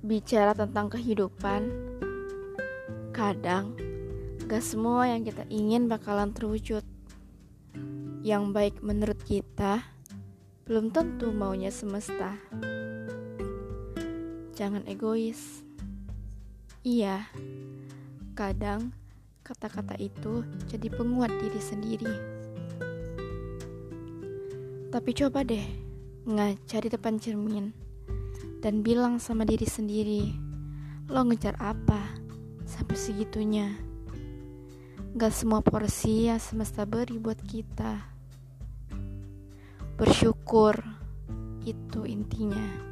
Bicara tentang kehidupan, kadang gak semua yang kita ingin bakalan terwujud. Yang baik menurut kita belum tentu maunya semesta. Jangan egois. Iya, kadang kata-kata itu jadi penguat diri sendiri. Tapi coba deh ngaca di depan cermin dan bilang sama diri sendiri, lo ngejar apa sampai segitunya? Gak semua porsi yang semesta beri buat kita. Bersyukur, itu intinya.